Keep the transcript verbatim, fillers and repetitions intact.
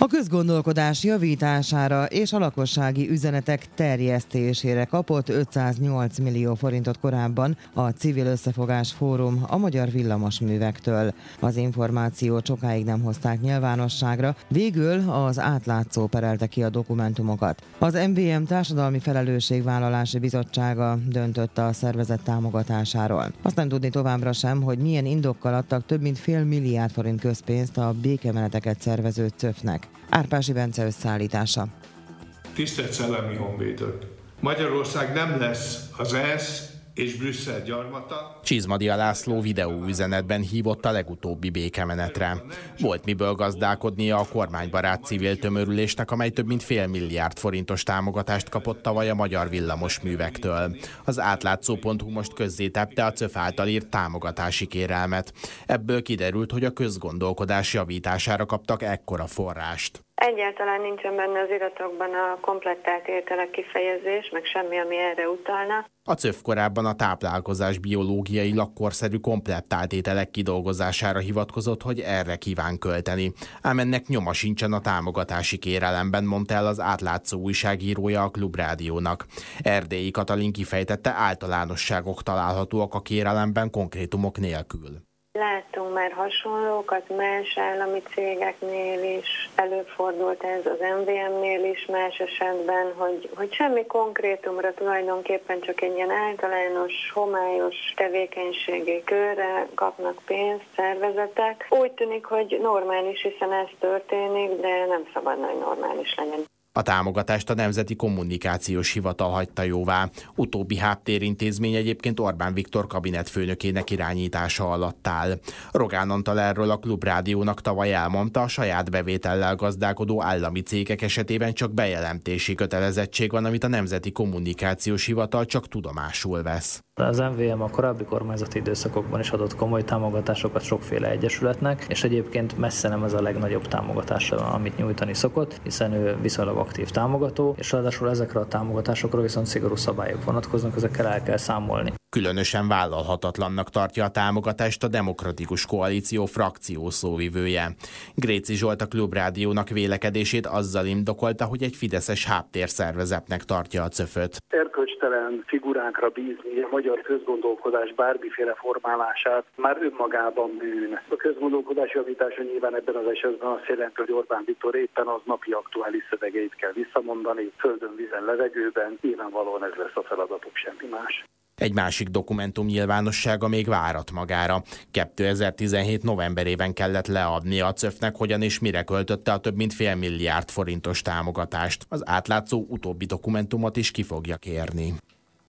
A közgondolkodás javítására és a lakossági üzenetek terjesztésére kapott ötszáznyolc millió forintot korábban a Civil Összefogás Fórum a magyar villamosművektől. Az információt sokáig nem hozták nyilvánosságra, végül az Átlátszó perelte ki a dokumentumokat. Az em vé em Társadalmi Felelősségvállalási Bizottsága döntött a szervezet támogatásáról. Azt nem tudni továbbra sem, hogy milyen indokkal adtak több mint fél milliárd forint közpénzt a békemeneteket szervező cöfnek. Árpási Bence összeállítása. Tisztelt Szellemi Honvédők! Magyarország nem lesz az é e es zé és Brüsszel gyarmata. Csizmadia László videóüzenetben hívott a legutóbbi békemenetre. Volt miből gazdálkodnia a kormánybarát civil tömörülésnek, amely több mint fél milliárd forintos támogatást kapott tavaly a magyar villamosművektől. Az átlátszó pont hu most közzétette a cöf által írt támogatási kérelmet. Ebből kiderült, hogy a közgondolkodás javítására kaptak ekkora forrást. Egyáltalán nincsen benne az iratokban a komplettált értelek kifejezés, meg semmi, ami erre utalna. A cöf korábban a táplálkozás biológiailag korszerű komplettált ételek kidolgozására hivatkozott, hogy erre kíván költeni. Ám ennek nyoma sincsen a támogatási kérelemben, mondta el az Átlátszó újságírója a Klubrádiónak. Erdélyi Katalin kifejtette, általánosságok találhatóak a kérelemben konkrétumok nélkül. Láttunk már hasonlókat más állami cégeknél is, előfordult ez az em vé em-nél is más esetben, hogy, hogy semmi konkrétumra, tulajdonképpen csak egy ilyen általános, homályos tevékenységi körre kapnak pénzt szervezetek. Úgy tűnik, hogy normális, hiszen ez történik, de nem szabadna, hogy normális legyen. A támogatást a Nemzeti Kommunikációs Hivatal hagyta jóvá. Utóbbi háttéríntézmény egyébként Orbán Viktor kabinetfőnökének irányítása alatt áll. Rogán Antal erről a Klubrádiónak tavaly elmondta, a saját bevétellel gazdálkodó állami cégek esetében csak bejelentési kötelezettség van, amit a Nemzeti Kommunikációs Hivatal csak tudomásul vesz. Az em vé em a korábbi kormányzati időszakokban is adott komoly támogatásokat sokféle egyesületnek, és egyébként messze nem ez a legnagyobb támogatás, amit nyújtani szokott, hiszen ő viszonylag aktív támogató, és ráadásul ezekre a támogatásokra viszont szigorú szabályok vonatkoznak, ezekkel el kell számolni. Különösen vállalhatatlannak tartja a támogatást a Demokratikus Koalíció frakció szóvivője. Gréci Zsolt a Klubrádiónak vélekedését azzal indokolta, hogy egy fideszes háttérszervezetnek tartja a cöföt. Erkölcstelen figurákra bízni a magyar közgondolkodás bármiféle formálását már önmagában bűn. A közgondolkodás javítása nyilván ebben az esetben azt jelenti, hogy Orbán Viktor éppen az napi aktuális szövegeit kell visszamondani, földön, vízen, levegőben, nyilvánvalóan ez lesz a feladatok, semmi más. Egy másik dokumentum nyilvánossága még várat magára. kétezer-tizenhét novemberében kellett leadnia a cöfnek, hogyan és mire költötte a több mint fél milliárd forintos támogatást. Az Átlátszó utóbbi dokumentumot is ki fogja kérni.